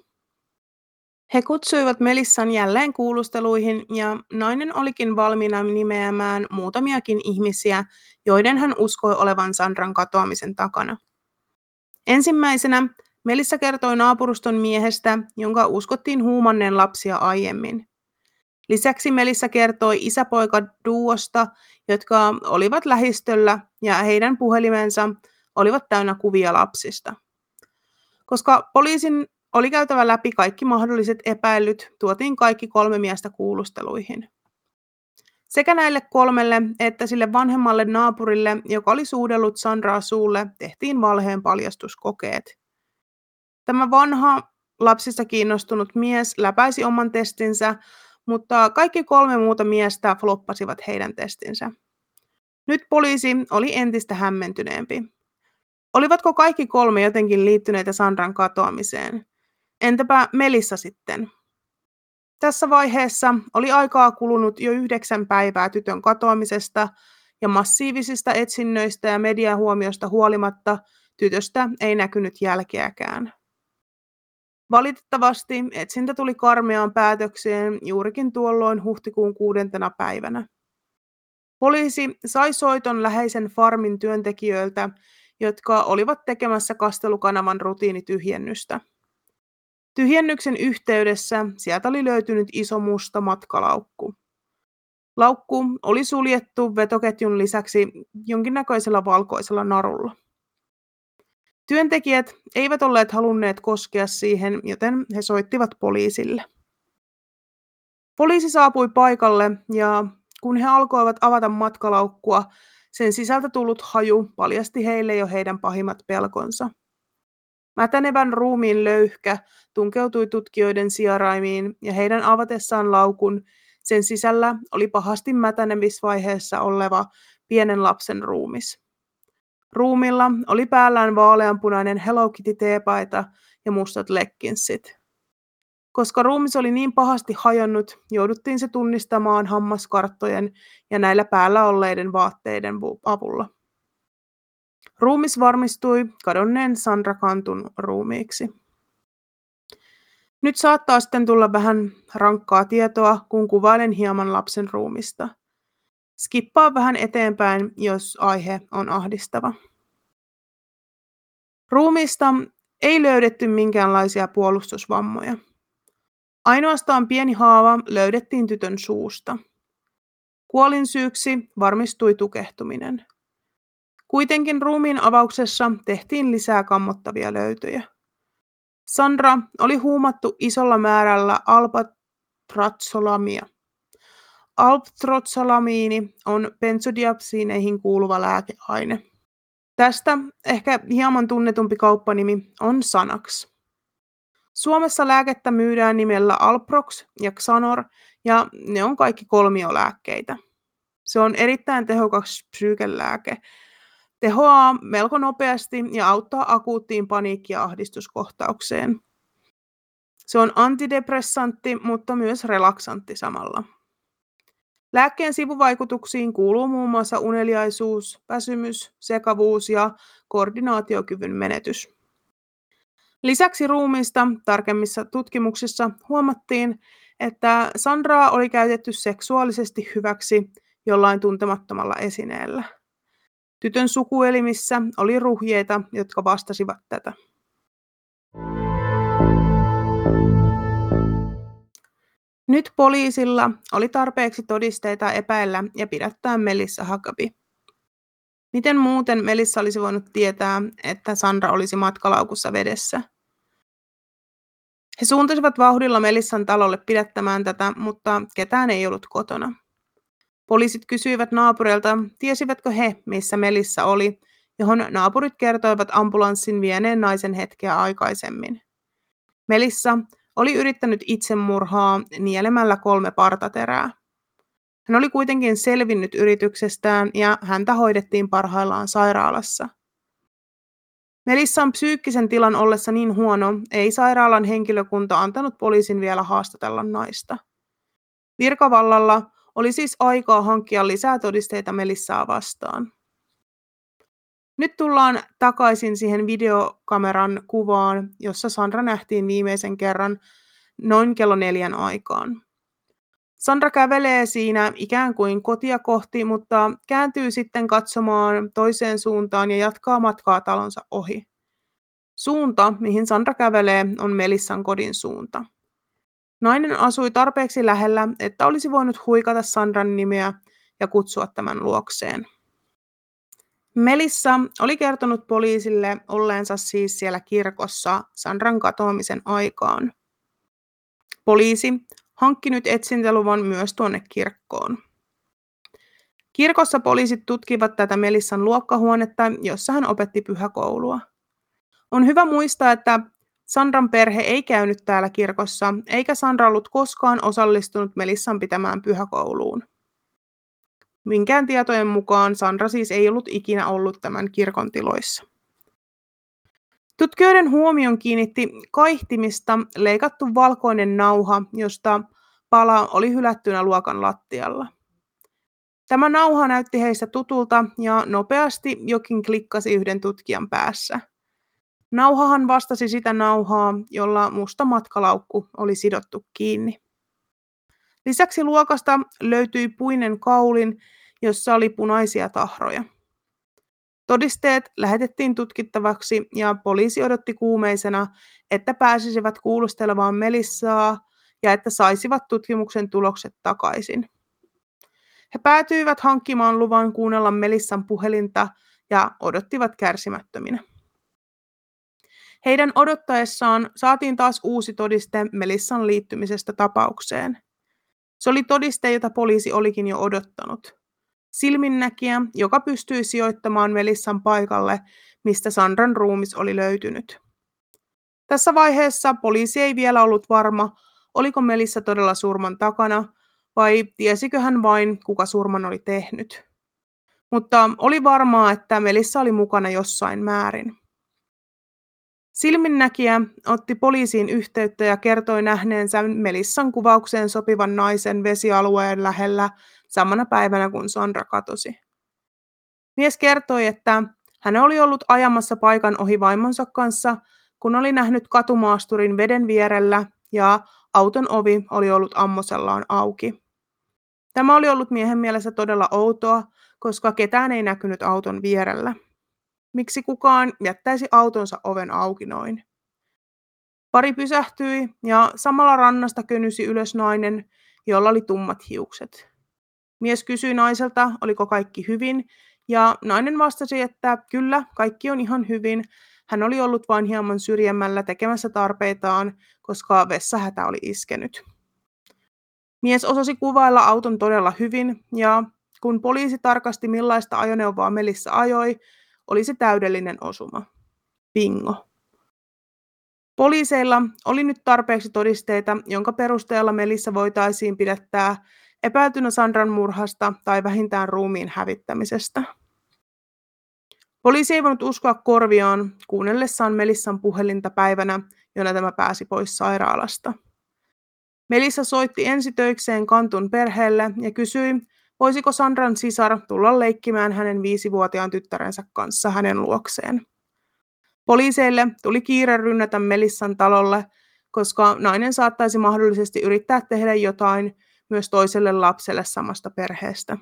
He kutsuivat Melissan jälleen kuulusteluihin ja nainen olikin valmiina nimeämään muutamiakin ihmisiä, joiden hän uskoi olevan Sandran katoamisen takana. Ensimmäisenä Melissa kertoi naapuruston miehestä, jonka uskottiin huumanneen lapsia aiemmin. Lisäksi Melissa kertoi isäpoika-duosta, jotka olivat lähistöllä ja heidän puhelimensa olivat täynnä kuvia lapsista. Koska poliisin oli käytävä läpi kaikki mahdolliset epäilyt, tuotiin kaikki kolme miestä kuulusteluihin. Sekä näille kolmelle että sille vanhemmalle naapurille, joka oli suudellut Sandraa suulle, tehtiin valheen paljastuskokeet. Tämä vanha lapsista kiinnostunut mies läpäisi oman testinsä, mutta kaikki kolme muuta miestä floppasivat heidän testinsä. Nyt poliisi oli entistä hämmentyneempi. Olivatko kaikki kolme jotenkin liittyneitä Sandran katoamiseen? Entäpä Melissa sitten? Tässä vaiheessa oli aikaa kulunut jo yhdeksän päivää tytön katoamisesta ja massiivisista etsinnöistä ja mediahuomiosta huolimatta tytöstä ei näkynyt jälkeäkään. Valitettavasti etsintä tuli karmeaan päätökseen juurikin tuolloin huhtikuun kuudentena päivänä. Poliisi sai soiton läheisen farmin työntekijöiltä, jotka olivat tekemässä kastelukanavan rutiinityhjennystä. Tyhjennyksen yhteydessä sieltä oli löytynyt iso musta matkalaukku. Laukku oli suljettu vetoketjun lisäksi jonkinnäköisellä valkoisella narulla. Työntekijät eivät olleet halunneet koskea siihen, joten he soittivat poliisille. Poliisi saapui paikalle ja kun he alkoivat avata matkalaukkua, sen sisältä tullut haju paljasti heille jo heidän pahimmat pelkonsa. Mätänevän ruumiin löyhkä tunkeutui tutkijoiden sijaraimiin ja heidän avatessaan laukun sen sisällä oli pahasti mätänemisvaiheessa oleva pienen lapsen ruumis. Ruumilla oli päällään vaaleanpunainen Hello Kitty-teepaita ja mustat legginssit. Koska ruumis oli niin pahasti hajonnut, jouduttiin se tunnistamaan hammaskarttojen ja näillä päällä olleiden vaatteiden avulla. Ruumis varmistui kadonneen Sandra Cantun ruumiiksi. Nyt saattaa sitten tulla vähän rankkaa tietoa, kun kuvailen hieman lapsen ruumista. Skippaa vähän eteenpäin, jos aihe on ahdistava. Ruumiista ei löydetty minkäänlaisia puolustusvammoja. Ainoastaan pieni haava löydettiin tytön suusta. Kuolinsyyksi varmistui tukehtuminen. Kuitenkin ruumiin avauksessa tehtiin lisää kammottavia löytöjä. Sandra oli huumattu isolla määrällä alprazolamia. Alprazzolamiini on benzodiazepineihin kuuluva lääkeaine. Tästä ehkä hieman tunnetumpi kauppanimi on Xanax. Suomessa lääkettä myydään nimellä Alprox ja Xanor, ja ne on kaikki kolmiolääkkeitä. Se on erittäin tehokas psyykelääke. Tehoaa melko nopeasti ja auttaa akuuttiin paniikki- ja ahdistuskohtaukseen. Se on antidepressantti, mutta myös relaksantti samalla. Lääkkeen sivuvaikutuksiin kuuluu muun muassa uneliaisuus, väsymys, sekavuus ja koordinaatiokyvyn menetys. Lisäksi ruumiista tarkemmissa tutkimuksissa huomattiin, että Sandraa oli käytetty seksuaalisesti hyväksi jollain tuntemattomalla esineellä. Tytön sukuelimissä oli ruhjeita, jotka vastasivat tätä. Nyt poliisilla oli tarpeeksi todisteita epäillä ja pidättää Melissa Huckabee. Miten muuten Melissa olisi voinut tietää, että Sandra olisi matkalaukussa vedessä? He suuntasivat vauhdilla Melissan talolle pidättämään tätä, mutta ketään ei ollut kotona. Poliisit kysyivät naapureilta, tiesivätkö he, missä Melissa oli, johon naapurit kertoivat ambulanssin vieneen naisen hetkeä aikaisemmin. Melissa oli yrittänyt itsemurhaa nielemällä kolme partaterää. Hän oli kuitenkin selvinnyt yrityksestään ja häntä hoidettiin parhaillaan sairaalassa. Melissan psyykkisen tilan ollessa niin huono, ei sairaalan henkilökunta antanut poliisin vielä haastatella naista. Virkavallalla oli siis aikaa hankkia lisää todisteita Melissaa vastaan. Nyt tullaan takaisin siihen videokameran kuvaan, jossa Sandra nähtiin viimeisen kerran noin kello neljän aikaan. Sandra kävelee siinä ikään kuin kotia kohti, mutta kääntyy sitten katsomaan toiseen suuntaan ja jatkaa matkaa talonsa ohi. Suunta, mihin Sandra kävelee, on Melissan kodin suunta. Nainen asui tarpeeksi lähellä, että olisi voinut huikata Sandran nimeä ja kutsua tämän luokseen. Melissa oli kertonut poliisille olleensa siis siellä kirkossa Sandran katoamisen aikaan. Poliisi hankki nyt etsintäluvan myös tuonne kirkkoon. Kirkossa poliisit tutkivat tätä Melissan luokkahuonetta, jossa hän opetti pyhäkoulua. On hyvä muistaa, että Sandran perhe ei käynyt täällä kirkossa, eikä Sandra ollut koskaan osallistunut Melissan pitämään pyhäkouluun. Minkään tietojen mukaan Sandra siis ei ollut ikinä ollut tämän kirkon tiloissa. Tutkijoiden huomion kiinnitti kaihtimista leikattu valkoinen nauha, josta pala oli hylättynä luokan lattialla. Tämä nauha näytti heistä tutulta ja nopeasti jokin klikkasi yhden tutkijan päässä. Nauhahan vastasi sitä nauhaa, jolla musta matkalaukku oli sidottu kiinni. Lisäksi luokasta löytyi puinen kaulin, jossa oli punaisia tahroja. Todisteet lähetettiin tutkittavaksi ja poliisi odotti kuumeisena, että pääsisivät kuulustelemaan Melissaa ja että saisivat tutkimuksen tulokset takaisin. He päätyivät hankkimaan luvan kuunnella Melissan puhelinta ja odottivat kärsimättöminä. Heidän odottaessaan saatiin taas uusi todiste Melissan liittymisestä tapaukseen. Se oli todiste, jota poliisi olikin jo odottanut. Silminnäkijä, joka pystyi sijoittamaan Melissan paikalle, mistä Sandran ruumis oli löytynyt. Tässä vaiheessa poliisi ei vielä ollut varma, oliko Melissa todella surman takana, vai tiesikö hän vain, kuka surman oli tehnyt. Mutta oli varmaa, että Melissa oli mukana jossain määrin. Silminnäkijä otti poliisiin yhteyttä ja kertoi nähneensä Melissan kuvaukseen sopivan naisen vesialueen lähellä samana päivänä, kun Sandra katosi. Mies kertoi, että hän oli ollut ajamassa paikan ohi vaimonsa kanssa, kun oli nähnyt katumaasturin veden vierellä ja auton ovi oli ollut ammosellaan auki. Tämä oli ollut miehen mielessä todella outoa, koska ketään ei näkynyt auton vierellä. Miksi kukaan jättäisi autonsa oven auki noin? Pari pysähtyi ja samalla rannasta könysi ylös nainen, jolla oli tummat hiukset. Mies kysyi naiselta, oliko kaikki hyvin, ja nainen vastasi, että kyllä, kaikki on ihan hyvin. Hän oli ollut vain hieman syrjemmällä tekemässä tarpeitaan, koska vessahätä oli iskenyt. Mies osasi kuvailla auton todella hyvin, ja kun poliisi tarkasti millaista ajoneuvoa Melissa ajoi, oli se täydellinen osuma. Bingo. Poliiseilla oli nyt tarpeeksi todisteita, jonka perusteella Melissa voitaisiin pidättää epäiltynä Sandran murhasta tai vähintään ruumiin hävittämisestä. Poliisi ei voinut uskoa korviaan kuunnellessaan Melissan puhelinta päivänä, jona tämä pääsi pois sairaalasta. Melissa soitti ensitöikseen Cantun perheelle ja kysyi, voisiko Sandran sisar tulla leikkimään hänen viisivuotiaan tyttärensä kanssa hänen luokseen. Poliiseille tuli kiire rynnätä Melissan talolle, koska nainen saattaisi mahdollisesti yrittää tehdä jotain myös toiselle lapselle samasta perheestä.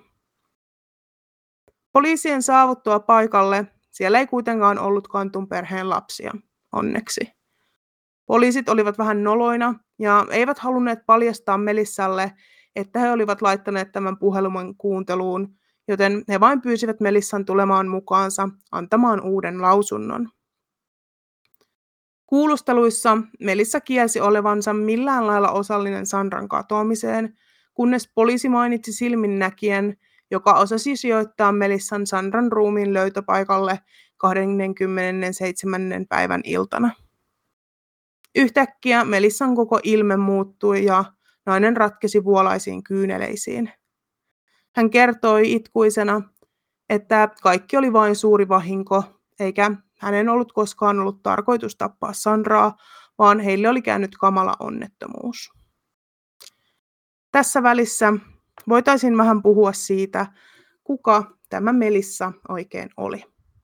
Poliisien saavuttua paikalle siellä ei kuitenkaan ollut Cantun perheen lapsia, onneksi. Poliisit olivat vähän noloina ja eivät halunneet paljastaa Melissalle, että he olivat laittaneet tämän puhelun kuunteluun, joten he vain pyysivät Melissan tulemaan mukaansa antamaan uuden lausunnon. Kuulusteluissa Melissa kielsi olevansa millään lailla osallinen Sandran katoamiseen, kunnes poliisi mainitsi silminnäkijän, joka osasi sijoittaa Melissan Sandran ruumiin löytöpaikalle kahdeskymmenesseitsemäs päivän iltana. Yhtäkkiä Melissan koko ilme muuttui ja nainen ratkesi vuolaisiin kyyneleisiin. Hän kertoi itkuisena, että kaikki oli vain suuri vahinko, eikä hänen ollut koskaan ollut tarkoitus tappaa Sandraa, vaan heille oli käynyt kamala onnettomuus. Tässä välissä voitaisiin vähän puhua siitä, kuka tämä Melissa oikein oli.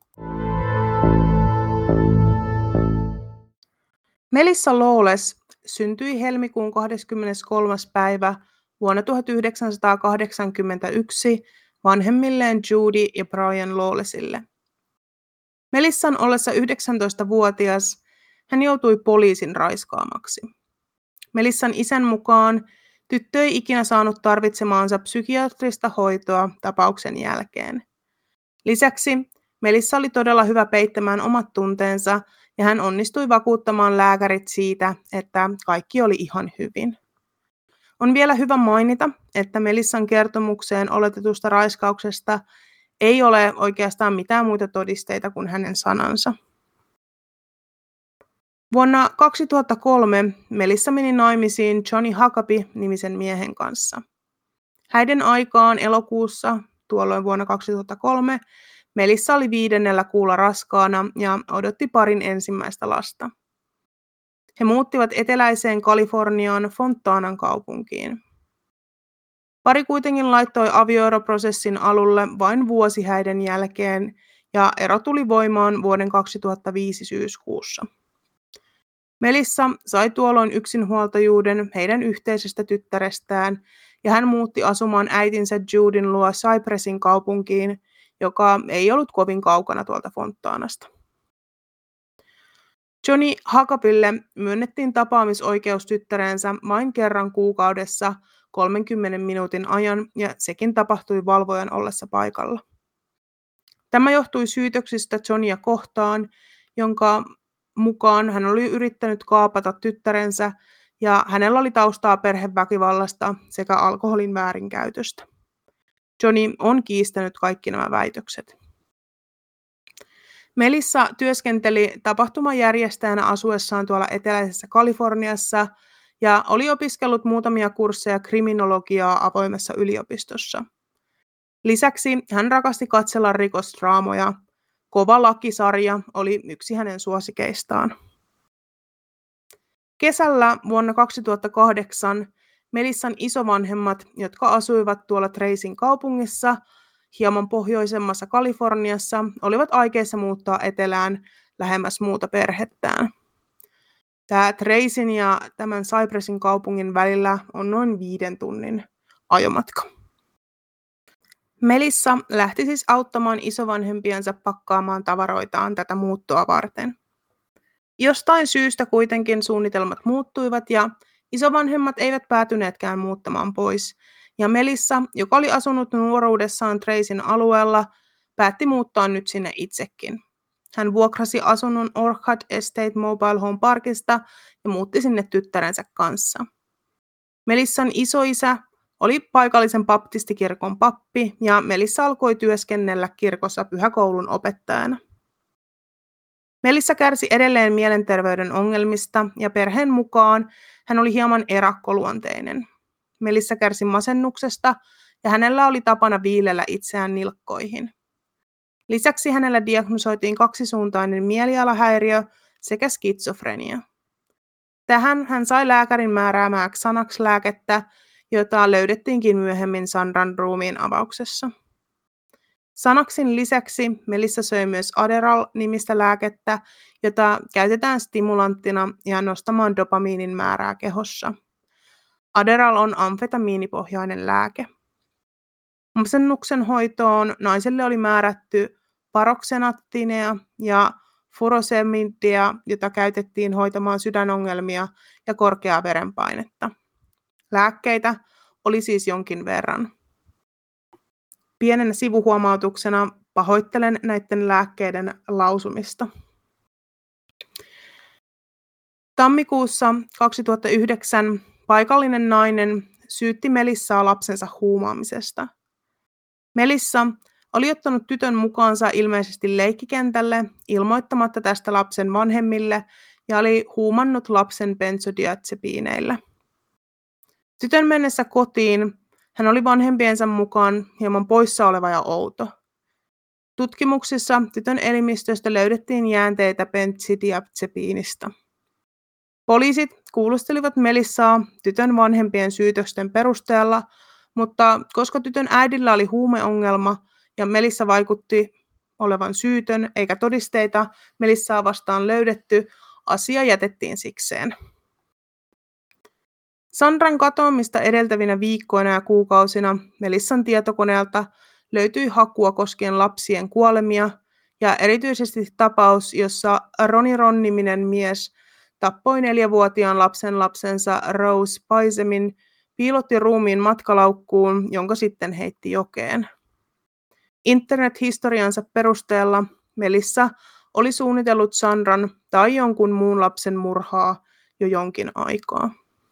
Melissa Lawless syntyi helmikuun kahdeskymmeneskolmas päivä vuonna tuhatyhdeksänsataakahdeksankymmentäyksi vanhemmilleen Judy ja Brian Lawlessille. Melissan ollessa yhdeksäntoistavuotias hän joutui poliisin raiskaamaksi. Melissan isän mukaan tyttö ei ikinä saanut tarvitsemaansa psykiatrista hoitoa tapauksen jälkeen. Lisäksi Melissa oli todella hyvä peittämään omat tunteensa ja hän onnistui vakuuttamaan lääkärit siitä, että kaikki oli ihan hyvin. On vielä hyvä mainita, että Melissan kertomukseen oletetusta raiskauksesta ei ole oikeastaan mitään muita todisteita kuin hänen sanansa. Vuonna kaksituhattakolme Melissa meni naimisiin Johnny Huckabee-nimisen miehen kanssa. Häiden aikaan elokuussa, tuolloin vuonna kaksituhattakolme, Melissa oli viidennellä kuulla raskaana ja odotti parin ensimmäistä lasta. He muuttivat eteläiseen Kaliforniaan Fontanan kaupunkiin. Pari kuitenkin laittoi avioeroprosessin alulle vain vuosi häiden jälkeen ja ero tuli voimaan vuoden kaksituhattaviisi syyskuussa. Melissa sai tuolloin yksinhuoltajuuden heidän yhteisestä tyttärestään ja hän muutti asumaan äitinsä Judyn luo Cypressin kaupunkiin, joka ei ollut kovin kaukana tuolta Fontaanasta. Johnny Huckabelle myönnettiin tapaamisoikeus tyttärensä vain kerran kuukaudessa kolmenkymmenen minuutin ajan, ja sekin tapahtui valvojan ollessa paikalla. Tämä johtui syytöksistä Johnia kohtaan, jonka mukaan hän oli yrittänyt kaapata tyttärensä ja hänellä oli taustaa perheväkivallasta sekä alkoholin väärinkäytöstä. Johnny on kiistänyt kaikki nämä väitökset. Melissa työskenteli tapahtumajärjestäjänä asuessaan tuolla eteläisessä Kaliforniassa ja oli opiskellut muutamia kursseja kriminologiaa avoimessa yliopistossa. Lisäksi hän rakasti katsella rikosdraamoja. Kova lakisarja oli yksi hänen suosikeistaan. Kesällä vuonna kaksituhattakahdeksan Melissan isovanhemmat, jotka asuivat tuolla Tracyn kaupungissa, hieman pohjoisemmassa Kaliforniassa, olivat aikeissa muuttaa etelään lähemmäs muuta perhettään. Tämä Tracyn ja tämän Cypressin kaupungin välillä on noin viiden tunnin ajomatka. Melissa lähti siis auttamaan isovanhempiansa pakkaamaan tavaroitaan tätä muuttoa varten. Jostain syystä kuitenkin suunnitelmat muuttuivat ja isovanhemmat eivät päätyneetkään muuttamaan pois, ja Melissa, joka oli asunut nuoruudessaan Tracyn alueella, päätti muuttaa nyt sinne itsekin. Hän vuokrasi asunnon Orchard Estate Mobile Home Parkista ja muutti sinne tyttärensä kanssa. Melissan isoisä oli paikallisen baptistikirkon pappi ja Melissa alkoi työskennellä kirkossa pyhäkoulun opettajana. Melissa kärsi edelleen mielenterveyden ongelmista ja perheen mukaan hän oli hieman erakkoluonteinen. Melissa kärsi masennuksesta ja hänellä oli tapana viilellä itseään nilkkoihin. Lisäksi hänellä diagnosoitiin kaksisuuntainen mielialahäiriö sekä skitsofrenia. Tähän hän sai lääkärin määräämää Xanax-lääkettä, jota löydettiinkin myöhemmin Sandran ruumiin avauksessa. Xanaxin lisäksi Melissa söi myös Adderall-nimistä lääkettä, jota käytetään stimulanttina ja nostamaan dopamiinin määrää kehossa. Adderall on amfetamiinipohjainen lääke. Masennuksen hoitoon naiselle oli määrätty paroksenattiineja ja furosemidia, jota käytettiin hoitamaan sydänongelmia ja korkeaa verenpainetta. Lääkkeitä oli siis jonkin verran. Pienenä sivuhuomautuksena pahoittelen näiden lääkkeiden lausumista. Tammikuussa kaksituhattayhdeksän paikallinen nainen syytti Melissaa lapsensa huumaamisesta. Melissa oli ottanut tytön mukaansa ilmeisesti leikkikentälle ilmoittamatta tästä lapsen vanhemmille ja oli huumannut lapsen benzodiazepiineillä. Tytön mennessä kotiin hän oli vanhempiensa mukaan hieman poissa oleva ja outo. Tutkimuksissa tytön elimistöstä löydettiin jäänteitä benzodiazepiinistä. Poliisit kuulustelivat Melissaa tytön vanhempien syytösten perusteella, mutta koska tytön äidillä oli huumeongelma ja Melissa vaikutti olevan syytön eikä todisteita Melissaa vastaan löydetty, asia jätettiin sikseen. Sandran katoamista edeltävinä viikkoina ja kuukausina Melissan tietokoneelta löytyi hakua koskien lapsien kuolemia ja erityisesti tapaus, jossa Ronnie Ron-niminen mies tappoi neljävuotiaan lapsen lapsensa Rose Paisemin, piilotti ruumiin matkalaukkuun, jonka sitten heitti jokeen. Internet-historiansa perusteella Melissa oli suunnitellut Sandran tai jonkun muun lapsen murhaa jo jonkin aikaa.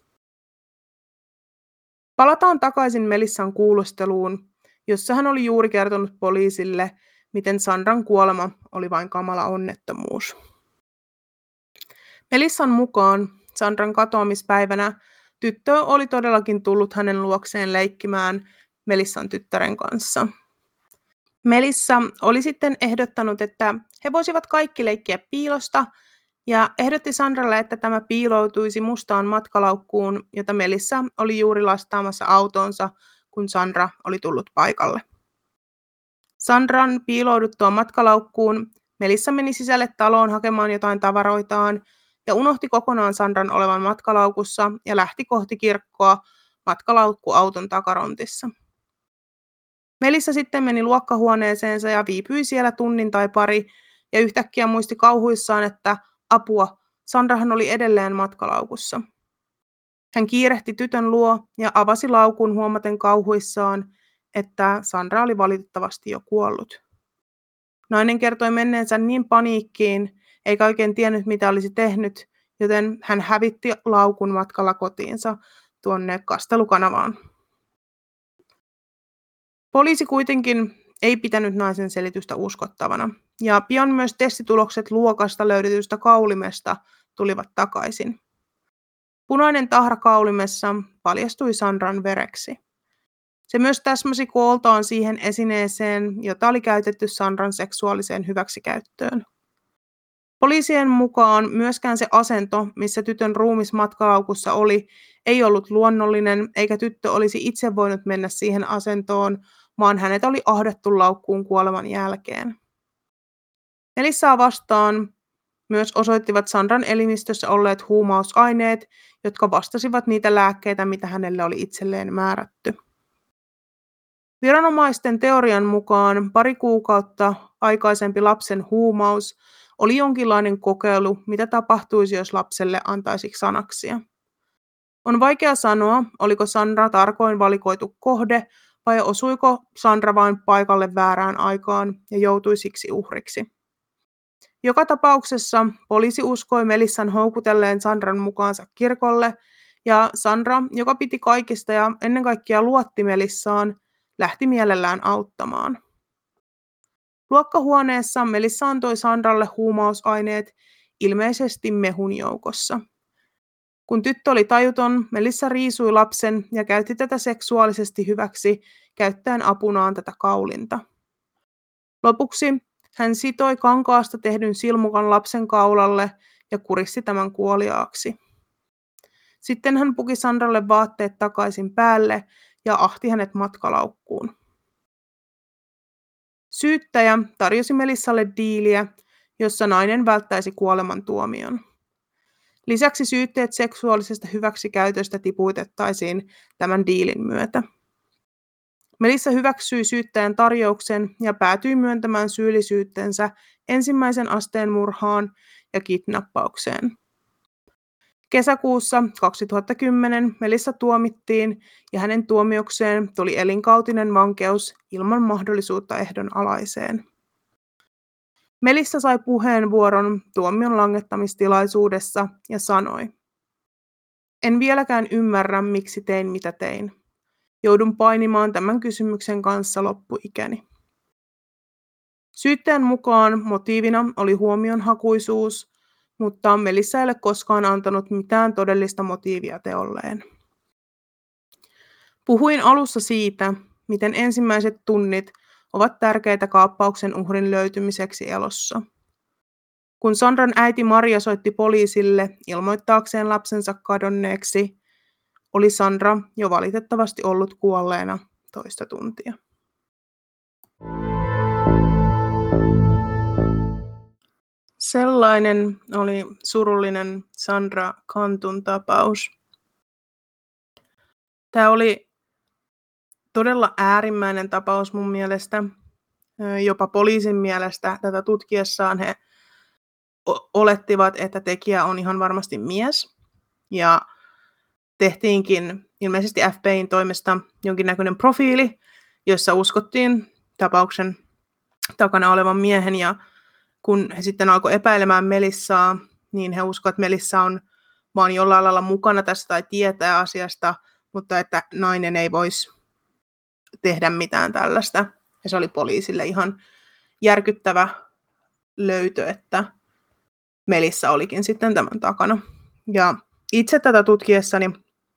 Palataan takaisin Melissan kuulusteluun, jossa hän oli juuri kertonut poliisille, miten Sandran kuolema oli vain kamala onnettomuus. Melissan mukaan Sandran katoamispäivänä tyttö oli todellakin tullut hänen luokseen leikkimään Melissan tyttären kanssa. Melissa oli sitten ehdottanut, että he voisivat kaikki leikkiä piilosta, ja ehdotti Sandralle, että tämä piiloutuisi mustaan matkalaukkuun, jota Melissa oli juuri lastaamassa autoonsa, kun Sandra oli tullut paikalle. Sandran piilouduttua matkalaukkuun Melissa meni sisälle taloon hakemaan jotain tavaroitaan ja unohti kokonaan Sandran olevan matkalaukussa ja lähti kohti kirkkoa matkalaukku auton takarontissa. Melissa sitten meni luokkahuoneeseensa ja viipyi siellä tunnin tai pari, ja yhtäkkiä muisti kauhuissaan, että apua, Sandrahan oli edelleen matkalaukussa. Hän kiirehti tytön luo ja avasi laukun huomaten kauhuissaan, että Sandra oli valitettavasti jo kuollut. Nainen kertoi menneensä niin paniikkiin, eikä oikein tiennyt mitä olisi tehnyt, joten hän hävitti laukun matkalla kotiinsa tuonne Kastelukanavaan. Poliisi kuitenkin ei pitänyt naisen selitystä uskottavana, ja pian myös testitulokset luokasta löydetystä kaulimesta tulivat takaisin. Punainen tahra kaulimessa paljastui Sandran vereksi. Se myös täsmäsi kooltaan siihen esineeseen, jota oli käytetty Sandran seksuaaliseen hyväksikäyttöön. Poliisien mukaan myöskään se asento, missä tytön ruumis matkalaukussa oli, ei ollut luonnollinen, eikä tyttö olisi itse voinut mennä siihen asentoon, vaan hänet oli ahdettu laukkuun kuoleman jälkeen. Melissaa vastaan myös osoittivat Sandran elimistössä olleet huumausaineet, jotka vastasivat niitä lääkkeitä, mitä hänelle oli itselleen määrätty. Viranomaisten teorian mukaan pari kuukautta aikaisempi lapsen huumaus oli jonkinlainen kokeilu, mitä tapahtuisi, jos lapselle antaisi sanaksia. On vaikea sanoa, oliko Sandra tarkoin valikoitu kohde vai osuiko Sandra vain paikalle väärään aikaan ja joutui siksi uhriksi. Joka tapauksessa poliisi uskoi Melissan houkutelleen Sandran mukaansa kirkolle, ja Sandra, joka piti kaikista ja ennen kaikkea luotti Melissaan, lähti mielellään auttamaan. Luokkahuoneessa Melissa antoi Sandralle huumausaineet, ilmeisesti mehun joukossa. Kun tyttö oli tajuton, Melissa riisui lapsen ja käytti tätä seksuaalisesti hyväksi, käyttäen apunaan tätä kaulinta. Lopuksi hän sitoi kankaasta tehdyn silmukan lapsen kaulalle ja kuristi tämän kuoliaaksi. Sitten hän puki Sandralle vaatteet takaisin päälle ja ahti hänet matkalaukkuun. Syyttäjä tarjosi Melissalle diiliä, jossa nainen välttäisi kuolemantuomion. Lisäksi syytteet seksuaalisesta hyväksikäytöstä tipuitettaisiin tämän diilin myötä. Melissa hyväksyi syyttäjän tarjouksen ja päätyi myöntämään syyllisyytensä ensimmäisen asteen murhaan ja kidnappaukseen. Kesäkuussa kaksituhattakymmenen Melissa tuomittiin ja hänen tuomiokseen tuli elinkautinen vankeus ilman mahdollisuutta ehdonalaiseen. Melissa sai puheenvuoron tuomion langettamistilaisuudessa ja sanoi: "En vieläkään ymmärrä, miksi tein mitä tein. Joudun painimaan tämän kysymyksen kanssa loppuikäni." Syyttäjän mukaan motiivina oli huomionhakuisuus, mutta Melissa ei ole koskaan antanut mitään todellista motiivia teolleen. Puhuin alussa siitä, miten ensimmäiset tunnit ovat tärkeitä kaappauksen uhrin löytymiseksi elossa. Kun Sandran äiti Maria soitti poliisille ilmoittaakseen lapsensa kadonneeksi, oli Sandra jo valitettavasti ollut kuolleena toista tuntia. Sellainen oli surullinen Sandra Cantun tapaus. Tämä oli todella äärimmäinen tapaus mun mielestä. Jopa poliisin mielestä tätä tutkiessaan he olettivat, että tekijä on ihan varmasti mies. Ja tehtiinkin ilmeisesti F B I:n toimesta jonkinnäköinen profiili, jossa uskottiin tapauksen takana olevan miehen. Ja kun he sitten alkoi epäilemään Melissaa, niin he uskoivat, että Melissa on vaan jollain lailla mukana tässä tai tietää asiasta, mutta että nainen ei voisi tehdä mitään tällaista. Ja se oli poliisille ihan järkyttävä löytö, että Melissa olikin sitten tämän takana. Ja itse tätä tutkiessani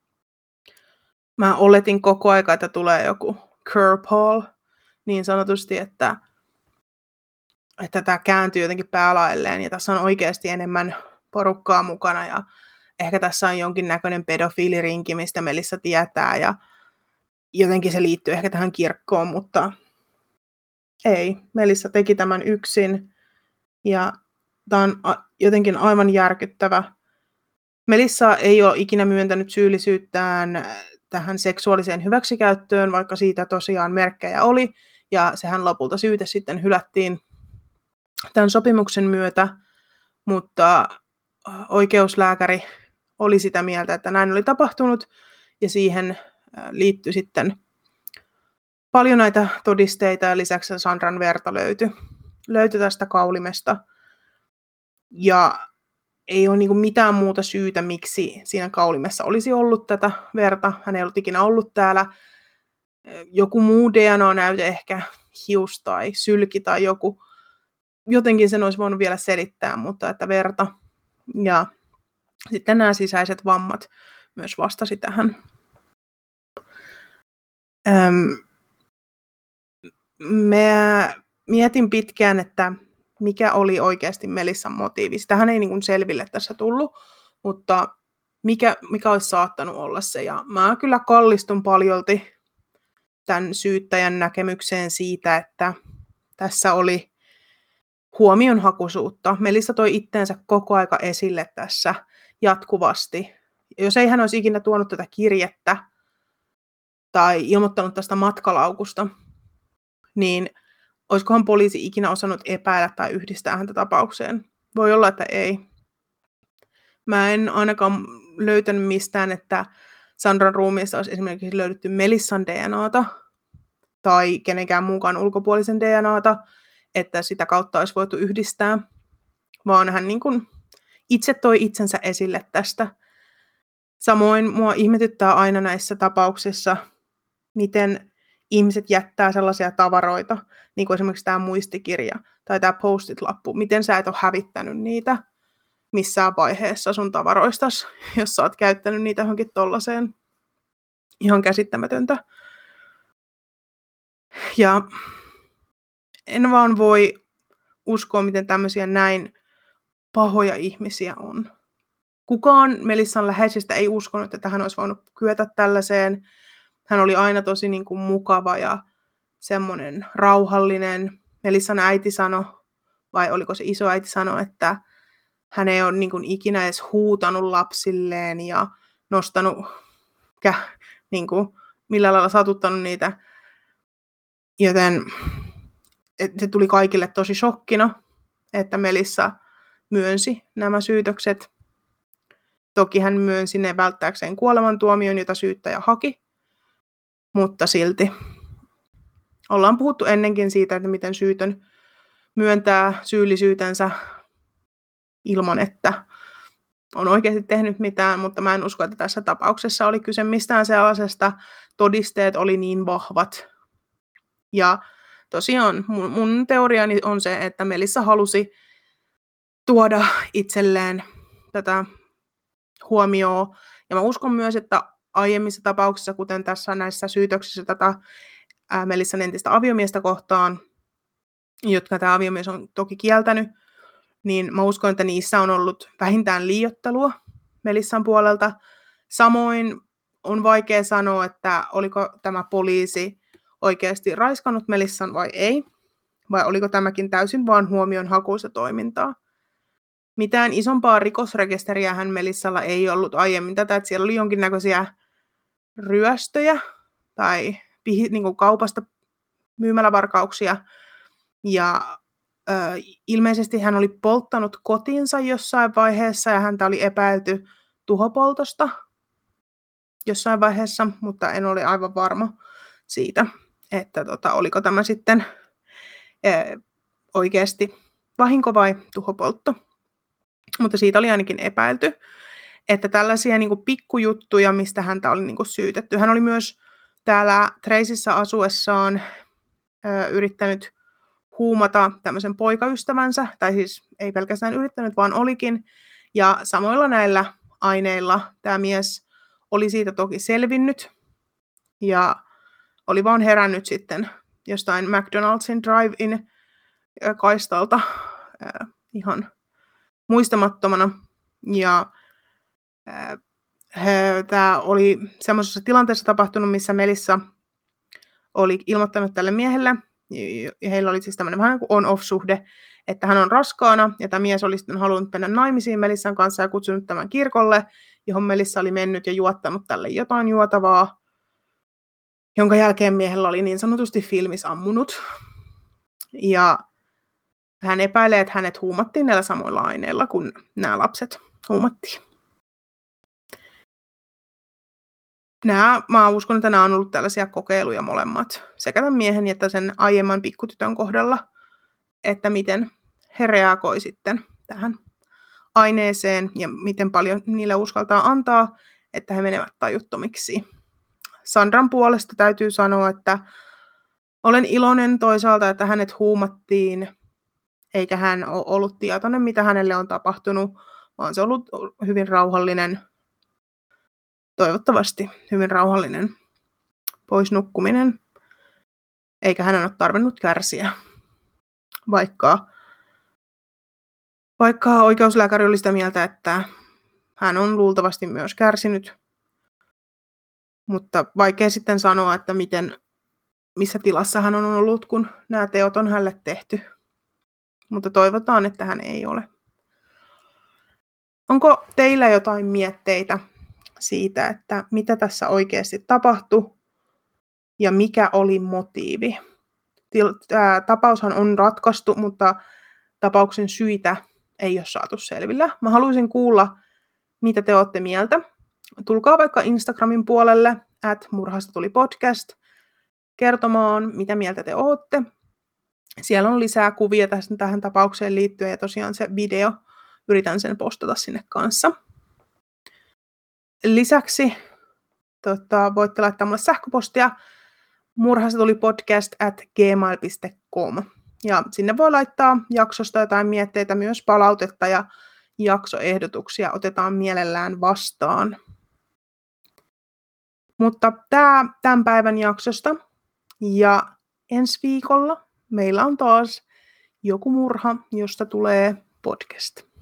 mä oletin koko aika, että tulee joku curveball, niin sanotusti, että, että tämä kääntyy jotenkin päälailleen ja tässä on oikeasti enemmän porukkaa mukana ja ehkä tässä on jonkinnäköinen pedofiilirinki, mistä Melissa tietää ja jotenkin se liittyy ehkä tähän kirkkoon, mutta ei. Melissa teki tämän yksin ja tämä on jotenkin aivan järkyttävä. Melissa ei ole ikinä myöntänyt syyllisyyttään tähän seksuaaliseen hyväksikäyttöön, vaikka siitä tosiaan merkkejä oli, ja sehän lopulta syyte sitten hylättiin tämän sopimuksen myötä, mutta oikeuslääkäri oli sitä mieltä, että näin oli tapahtunut, ja siihen liittyi sitten paljon näitä todisteita, ja lisäksi Sandran verta löytyi, löytyi tästä kaulimesta, ja ei ole niin kuin mitään muuta syytä, miksi siinä kaulimessa olisi ollut tätä verta. Hän ei ollut ikinä ollut täällä. Joku muu D N A-näyte, ehkä hius tai sylki tai joku. Jotenkin sen olisi voinut vielä selittää, mutta että verta. Ja sitten nämä sisäiset vammat myös vastasi tähän. Öm, mä mietin pitkään, että mikä oli oikeasti Melissan motiivi. Sitähän ei niin kuin selville tässä tullut, mutta mikä, mikä olisi saattanut olla se. Ja mä kyllä kallistun paljolti tämän syyttäjän näkemykseen siitä, että tässä oli huomionhakuisuutta. Melissa toi itteensä koko aika esille tässä jatkuvasti. Jos ei hän olisi ikinä tuonut tätä kirjettä tai ilmoittanut tästä matkalaukusta, niin olisikohan poliisi ikinä osannut epäillä tai yhdistää häntä tapaukseen? Voi olla, että ei. Mä en ainakaan löytänyt mistään, että Sandran ruumiista olisi esimerkiksi löydetty Melissan D N A:ta tai kenenkään muunkaan ulkopuolisen D N A:ta, että sitä kautta olisi voitu yhdistää, vaan hän niin kuin itse toi itsensä esille tästä. Samoin mua ihmetyttää aina näissä tapauksissa, miten ihmiset jättää sellaisia tavaroita, niin kuin esimerkiksi tämä muistikirja tai tämä post-it-lappu. Miten sä et ole hävittänyt niitä missään vaiheessa sun tavaroistas, jos sä oot käyttänyt niitä johonkin tollaiseen. Ihan käsittämätöntä. Ja en vaan voi uskoa, miten tämmöisiä näin pahoja ihmisiä on. Kukaan Melissan läheisistä ei uskonut, että hän olisi voinut kyetä tällaiseen. Hän oli aina tosi niin kuin mukava ja semmoinen rauhallinen. Melissan äiti sanoi, vai oliko se isoäiti sanoi, että hän ei ole niin kuin ikinä edes huutanut lapsilleen ja nostanut, niin kuin, millä lailla satuttanut niitä. Joten se tuli kaikille tosi shokkina, että Melissa myönsi nämä syytökset. Toki hän myönsi ne välttääkseen kuolemantuomion, jota syyttäjä haki, mutta silti. Ollaan puhuttu ennenkin siitä, että miten syytön myöntää syyllisyytensä ilman, että on oikeasti tehnyt mitään, mutta mä en usko, että tässä tapauksessa oli kyse mistään sellaisesta. Todisteet oli niin vahvat. Ja tosiaan mun, mun teoriani on se, että Melissa halusi tuoda itselleen tätä huomioon. Ja mä uskon myös, että aiemmissa tapauksissa, kuten tässä näissä syytöksissä tätä ää, Melissan entistä aviomiestä kohtaan, jotka tämä aviomies on toki kieltänyt, niin mä uskon, että niissä on ollut vähintään liioittelua Melissan puolelta. Samoin on vaikea sanoa, että oliko tämä poliisi oikeasti raiskannut Melissan vai ei, vai oliko tämäkin täysin vaan huomionhakuista toimintaa. Mitään isompaa rikosrekisteriähän Melissalla ei ollut aiemmin tätä, että siellä oli jonkinnäköisiä ryöstöjä tai niin kuin kaupasta myymälävarkauksia. Ja ö, ilmeisesti hän oli polttanut kotinsa jossain vaiheessa ja häntä oli epäilty tuhopoltosta jossain vaiheessa, mutta en ole aivan varma siitä, että tota, oliko tämä sitten ö, oikeasti vahinko vai tuhopoltto. Mutta siitä oli ainakin epäilty, että tällaisia niin kuin pikkujuttuja, mistä häntä oli niin kuin syytetty. Hän oli myös täällä Tracyssä asuessaan ö, yrittänyt huumata tämmöisen poikaystävänsä, tai siis ei pelkästään yrittänyt, vaan olikin. Ja samoilla näillä aineilla tämä mies oli siitä toki selvinnyt, ja oli vaan herännyt sitten jostain McDonald'sin drive-in kaistalta äh, ihan muistamattomana. Ja äh, tämä oli semmoisessa tilanteessa tapahtunut, missä Melissa oli ilmoittanut tälle miehelle, ja heillä oli siis tämmöinen vähän kuin on-off-suhde, että hän on raskaana, ja tämä mies oli sitten halunnut mennä naimisiin Melissan kanssa ja kutsunut tämän kirkolle, johon Melissa oli mennyt ja juottanut tälle jotain juotavaa, jonka jälkeen miehellä oli niin sanotusti filmis ammunut. Ja hän epäilee, että hänet huumattiin näillä samoilla aineilla, kun nämä lapset huumattiin. Nämä, mä uskon, että nämä on ollut tällaisia kokeiluja molemmat, sekä tämän miehen että sen aiemman pikkutytön kohdalla, että miten he reagoi sitten tähän aineeseen ja miten paljon niille uskaltaa antaa, että he menevät tajuttomiksi. Sandran puolesta täytyy sanoa, että olen iloinen toisaalta, että hänet huumattiin, eikä hän ole ollut tietoinen, mitä hänelle on tapahtunut, vaan se on ollut hyvin rauhallinen, toivottavasti hyvin rauhallinen poisnukkuminen, eikä hänen ole tarvinnut kärsiä, vaikka, vaikka oikeuslääkäri oli sitä mieltä, että hän on luultavasti myös kärsinyt, mutta vaikea sitten sanoa, että miten, missä tilassa hän on ollut, kun nämä teot on hänelle tehty, mutta toivotaan, että hän ei ole. Onko teillä jotain mietteitä siitä, että mitä tässä oikeasti tapahtui ja mikä oli motiivi? Tämä tapaushan on ratkaistu, mutta tapauksen syitä ei ole saatu selvillä. Mä haluaisin kuulla, mitä te olette mieltä. Tulkaa vaikka Instagramin puolelle, at murhasta tuli podcast, kertomaan, mitä mieltä te olette. Siellä on lisää kuvia tähän tapaukseen liittyen ja tosiaan se video, yritän sen postata sinne kanssa. Lisäksi tota, voitte laittaa mulle sähköpostia murhasta tuli podcast at gmail piste com. Ja sinne voi laittaa jaksosta jotain mietteitä, myös palautetta ja jaksoehdotuksia otetaan mielellään vastaan. Mutta tämä tämän päivän jaksosta ja ensi viikolla meillä on taas joku murha, josta tulee podcast.